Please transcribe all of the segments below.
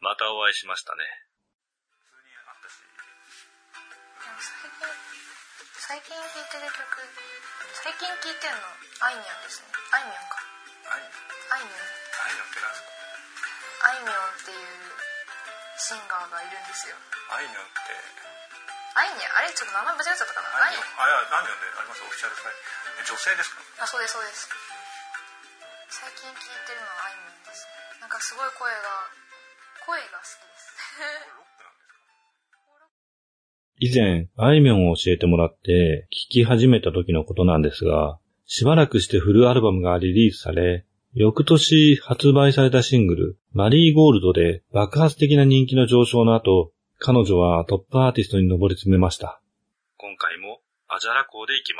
またお会いしましたね。 普通に会ったし。最近聴いてる曲、最近聴いてるのあいみょんですね。あいみょんか。 あいみょんって何ですか？ あいみょんっていうシンガーがいるんですよ。 あいみょんってあいみょん、あれちょっと名前間違えちゃったかな。 あいみょん、あいみょんであります。オフィシャルサイト。女性ですか？ あ、そうですそうです。最近聴いてるのはあいみょんですね。なんかすごい声が好きですロックなんですか？ 以前、あいみょんを教えてもらって聴き始めた時のことなんですが、しばらくしてフルアルバムがリリースされ、翌年発売されたシングル、マリーゴールドで爆発的な人気の上昇の後、彼女はトップアーティストに上り詰めました。 今回もアジャラ校でいきます。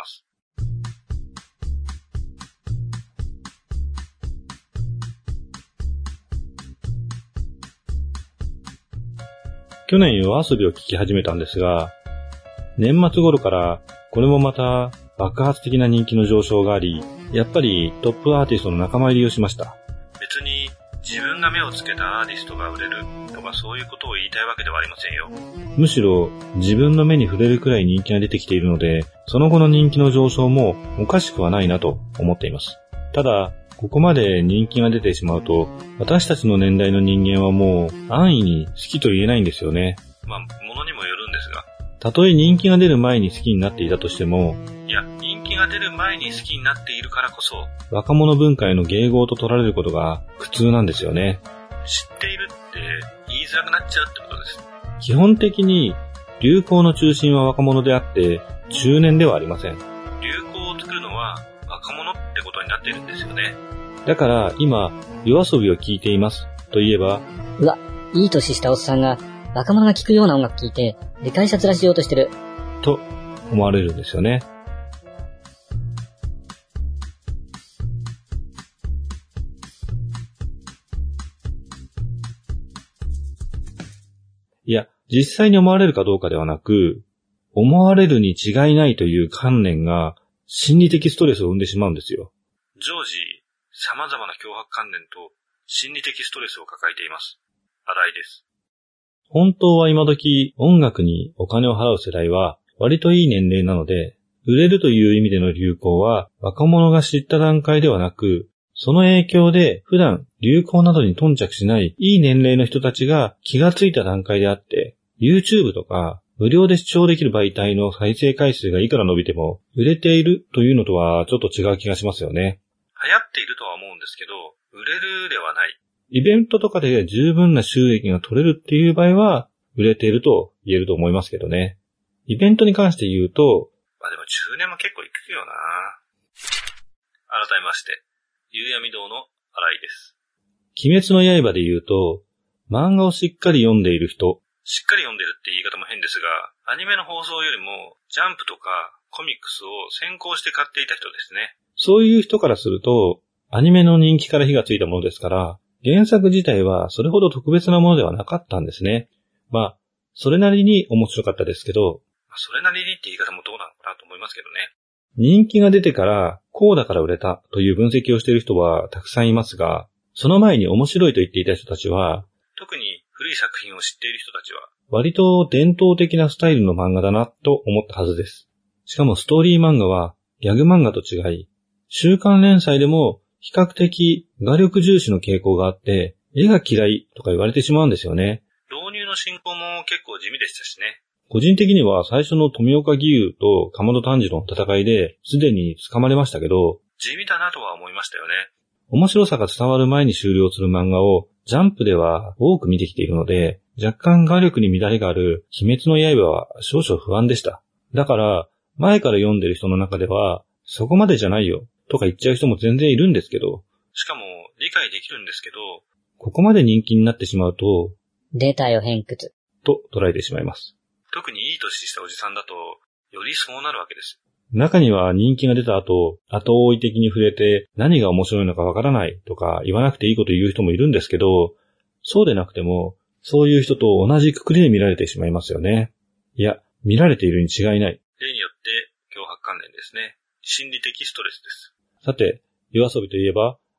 去年夜遊びを聴き始めたんですが、年末頃からこれもまた爆発的な人気の上昇があり、やっぱりトップアーティストの仲間入りをしました。 別に自分が目をつけたアーティストが売れるとかそういうことを言いたいわけではありませんよ。 むしろ自分の目に触れるくらい人気が出てきているので、その後の人気の上昇もおかしくはないなと思っています。ただ、ここまで人気が出てしまうと、私たちの年代の人間はもう安易に好きと言えないんですよね。 まあ、ものにもよるんですが。 たとえ人気が出る前に好きになっていたとしても、 いや、人気が出る前に好きになっているからこそ、 若者文化への迎合と取られることが苦痛なんですよね。 知っているって言いづらくなっちゃうってことです。 基本的に流行の中心は若者であって、中年ではありません。 流行を作るのは若者ってことになっているんですよね。 だから今、夜遊びを聴いていますと言えば、 うわ、いい年したおっさんが若者が聴くような音楽聴いて、でかいシャツらしようとしてる。 と思われるんですよね。いや、実際に思われるかどうかではなく、思われるに違いないという観念が心理的ストレスを生んでしまうんですよ。 常時、様々な強迫観念と心理的ストレスを抱えています。新井です。 本当は今時音楽にお金を払う世代は割といい年齢なので、売れるという意味での流行は若者が知った段階ではなく、その影響で普段流行などに頓着しないいい年齢の人たちが気がついた段階であって、YouTube とか無料で視聴できる媒体の再生回数がいくら伸びても売れているというのとはちょっと違う気がしますよね。 流行っているとは思うんですけど、売れるではない。 イベントとかで十分な収益が取れるっていう場合は売れていると言えると思いますけどね。イベントに関して言うと、 まあでも中年も結構行くよな。改めまして、夕闇堂の新井です。 鬼滅の刃で言うと、漫画をしっかり読んでいる人。 しっかり読んでるって言い方も変ですが、アニメの放送よりもジャンプとかコミックスを先行して買っていた人ですね。 そういう人からすると、アニメの人気から火がついたものですから、原作自体はそれほど特別なものではなかったんですね。まあ、それなりに面白かったですけど、 それなりにって言い方もどうなのかなと思いますけどね。 人気が出てからこうだから売れたという分析をしている人はたくさんいますが、その前に面白いと言っていた人たちは、 特に古い作品を知っている人たちは、 割と伝統的なスタイルの漫画だなと思ったはずです。しかもストーリー漫画はギャグ漫画と違い、週刊連載でも比較的画力重視の傾向があって、絵が嫌いとか言われてしまうんですよね。 導入の進行も結構地味でしたしね。 個人的には最初の富岡義勇と竈門炭治郎の戦いですでに掴まれましたけど、 地味だなとは思いましたよね。 面白さが伝わる前に終了する漫画をジャンプでは多く見てきているので、若干画力に乱れがある鬼滅の刃は少々不安でした。だから前から読んでる人の中ではそこまでじゃないよとか言っちゃう人も全然いるんですけど、 しかも理解できるんですけど、 ここまで人気になってしまうと、 出たよ偏屈と捉えてしまいます。 特にいい年したおじさんだとよりそうなるわけです。 中には人気が出た後追い的に触れて何が面白いのかわからないとか言わなくていいこと言う人もいるんですけど、そうでなくてもそういう人と同じくくりで見られてしまいますよね。いや、見られているに違いない。 例によって脅迫観念ですね。心理的ストレスです。 さて、夜遊びといえば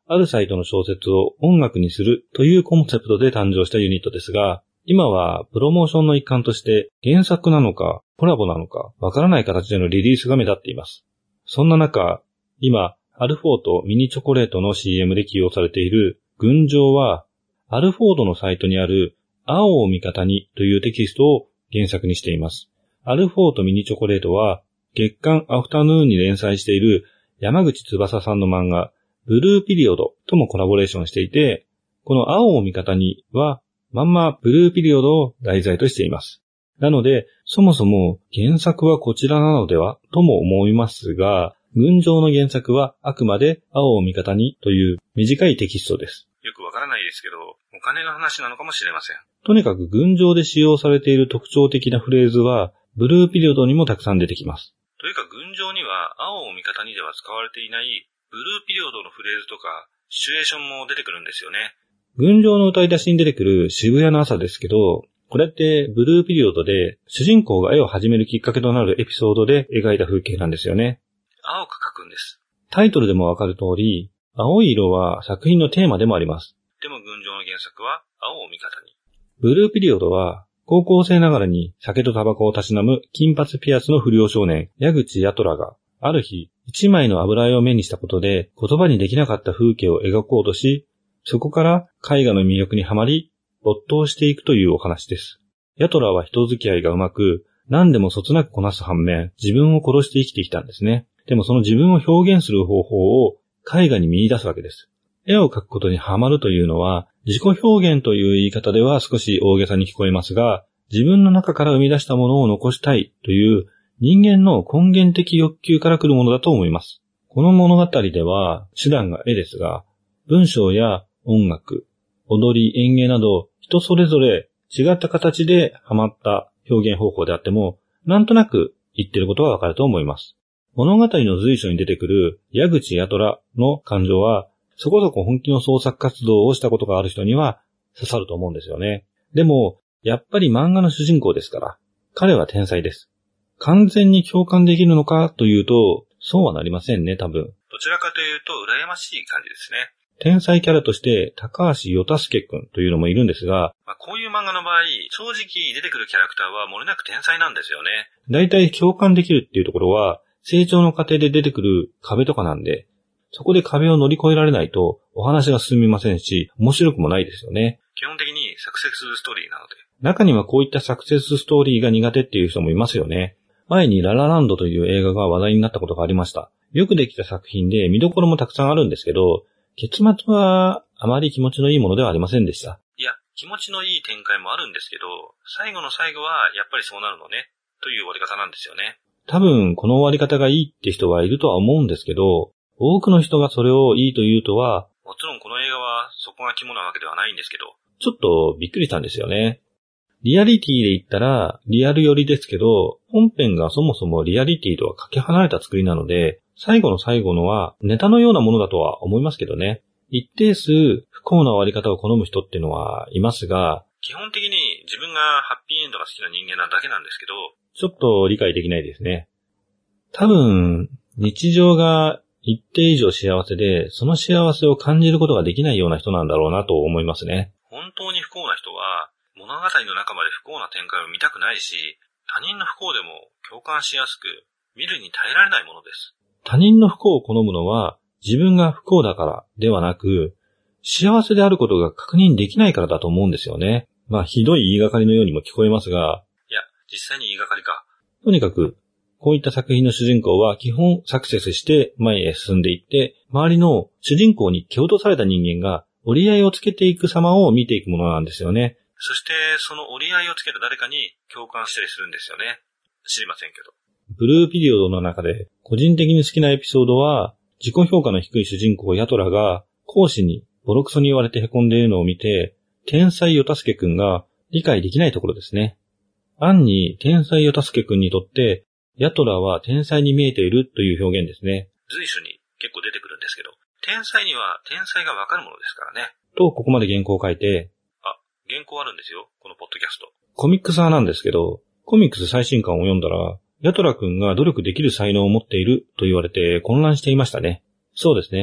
あるサイトの小説を音楽にするというコンセプトで誕生したユニットですが、今はプロモーションの一環として原作なのかコラボなのかわからない形でのリリースが目立っています。そんな中、今、アルフォートミニチョコレートの CM で起用されている群青は、アルフォートのサイトにある青を味方にというテキストを原作にしています。アルフォートミニチョコレートは月刊アフタヌーンに連載している山口翼さんの漫画ブルーピリオドともコラボレーションしていて、この青を味方にはまんまブルーピリオドを題材としています。なので、そもそも原作はこちらなのではとも思いますが、群青の原作はあくまで青を味方にという短いテキストです。 よくわからないですけど、お金の話なのかもしれません。 とにかく群青で使用されている特徴的なフレーズは、ブルーピリオドにもたくさん出てきます。 というか群青には青を味方にでは使われていないブルーピリオドのフレーズとかシチュエーションも出てくるんですよね。 群青の歌い出しに出てくる渋谷の朝ですけど、これってブルーピリオドで主人公が絵を始めるきっかけとなるエピソードで描いた風景なんですよね。 青く描くんです。 タイトルでもわかる通り、青い色は作品のテーマでもあります。 でも群青の原作は青を味方に。 ブルーピリオドは高校生ながらに酒とタバコをたしなむ金髪ピアスの不良少年矢口八虎がある日一枚の油絵を目にしたことで言葉にできなかった風景を描こうとし、そこから絵画の魅力にはまり没頭していくというお話です。八虎は人付き合いがうまく何でもそつなくこなす反面自分を殺して生きてきたんですね。でもその自分を表現する方法を絵画に見出すわけです。絵を描くことにハマるというのは自己表現という言い方では少し大げさに聞こえますが、自分の中から生み出したものを残したいという人間の根源的欲求から来るものだと思います。この物語では手段が絵ですが、文章や音楽、踊り、演芸など人それぞれ違った形でハマった表現方法であっても、なんとなく言ってることはわかると思います。物語の随所に出てくる矢口八虎の感情は、そこそこ本気の創作活動をしたことがある人には刺さると思うんですよね。でも、やっぱり漫画の主人公ですから、彼は天才です。完全に共感できるのかというと、そうはなりませんね、多分。 どちらかというと、羨ましい感じですね。 天才キャラとして、高橋与太介くんというのもいるんですが、 こういう漫画の場合、正直出てくるキャラクターは漏れなく天才なんですよね。 だいたい共感できるっていうところは、成長の過程で出てくる壁とかなんで、そこで壁を乗り越えられないとお話が進みませんし、面白くもないですよね。 基本的にサクセスストーリーなので。 中にはこういったサクセスストーリーが苦手っていう人もいますよね。前にララランドという映画が話題になったことがありました。よくできた作品で見どころもたくさんあるんですけど、結末はあまり気持ちのいいものではありませんでした。 いや、気持ちのいい展開もあるんですけど、最後の最後はやっぱりそうなるのね、という終わり方なんですよね。 多分この終わり方がいいって人はいるとは思うんですけど、多くの人がそれをいいと言うとは、 もちろんこの映画はそこが肝なわけではないんですけど、 ちょっとびっくりしたんですよね。リアリティで言ったらリアル寄りですけど、本編がそもそもリアリティとはかけ離れた作りなので、最後の最後のはネタのようなものだとは思いますけどね。一定数不幸な終わり方を好む人っていうのはいますが、 基本的に自分がハッピーエンドが好きな人間なだけなんですけど、 ちょっと理解できないですね。多分、日常が一定以上幸せで、その幸せを感じることができないような人なんだろうなと思いますね。 本当に不幸な人は、物語の中まで不幸な展開を見たくないし、他人の不幸でも共感しやすく、見るに耐えられないものです。 他人の不幸を好むのは、自分が不幸だからではなく、幸せであることが確認できないからだと思うんですよね。ひどい言いがかりのようにも聞こえますが、 いや、実際に言いがかりか。 とにかく、こういった作品の主人公は基本サクセスして前へ進んでいって、周りの主人公に蹴落とされた人間が折り合いをつけていく様を見ていくものなんですよね。 そして、その折り合いをつけた誰かに共感したりするんですよね。知りませんけど。 ブルーピリオドの中で個人的に好きなエピソードは、自己評価の低い主人公ヤトラが講師にボロクソに言われて凹んでいるのを見て、天才与太介くんが理解できないところですね。暗に天才与太介くんにとってヤトラは天才に見えているという表現ですね。 随所に結構出てくるんですけど、天才には天才がわかるものですからね。 と、ここまで原稿を書いて、 原稿あるんですよ、このポッドキャスト。 コミックス派なんですけど、コミックス最新刊を読んだら、ヤトラくんが努力できる才能を持っていると言われて混乱していましたね。そうですね。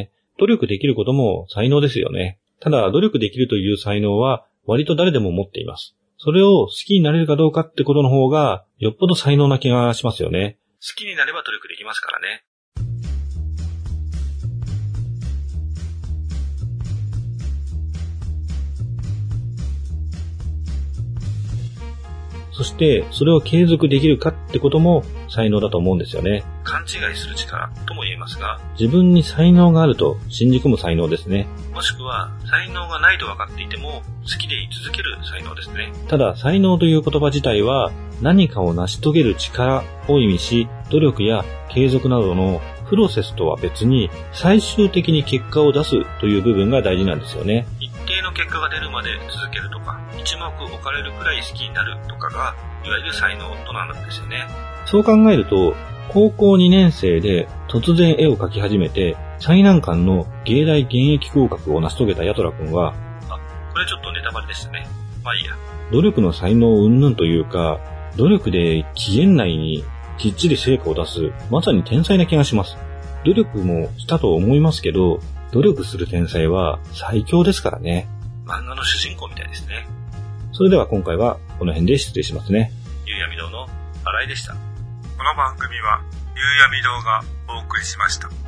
努力できることも才能ですよね。ただ、努力できるという才能は割と誰でも持っています。それを好きになれるかどうかってことの方が、よっぽど才能な気がしますよね。 好きになれば努力できますからね。 そして、それを継続できるかってことも才能だと思うんですよね。 勘違いする力とも言えますが、 自分に才能があると信じ込む才能ですね。 もしくは、才能がないと分かっていても、好きでい続ける才能ですね。 ただ、才能という言葉自体は、何かを成し遂げる力を意味し、努力や継続などのプロセスとは別に、最終的に結果を出すという部分が大事なんですよね。 一定の結果が出るまで続けるとか、一目置かれるくらい好きになるとかが、いわゆる才能となるんですよね。 そう考えると、高校2年生で突然絵を描き始めて、最難関の芸大現役合格を成し遂げたヤトラ君は、 これちょっとネタバレでしたね。まあいいや。 努力の才能云々というか、努力で期限内にきっちり成果を出す、まさに天才な気がします。努力もしたと思いますけど、努力する天才は最強ですからね。 漫画の主人公みたいですね。 それでは今回はこの辺で失礼しますね。 ゆうやみ堂の新井でした。 この番組はゆうやみ堂がお送りしました。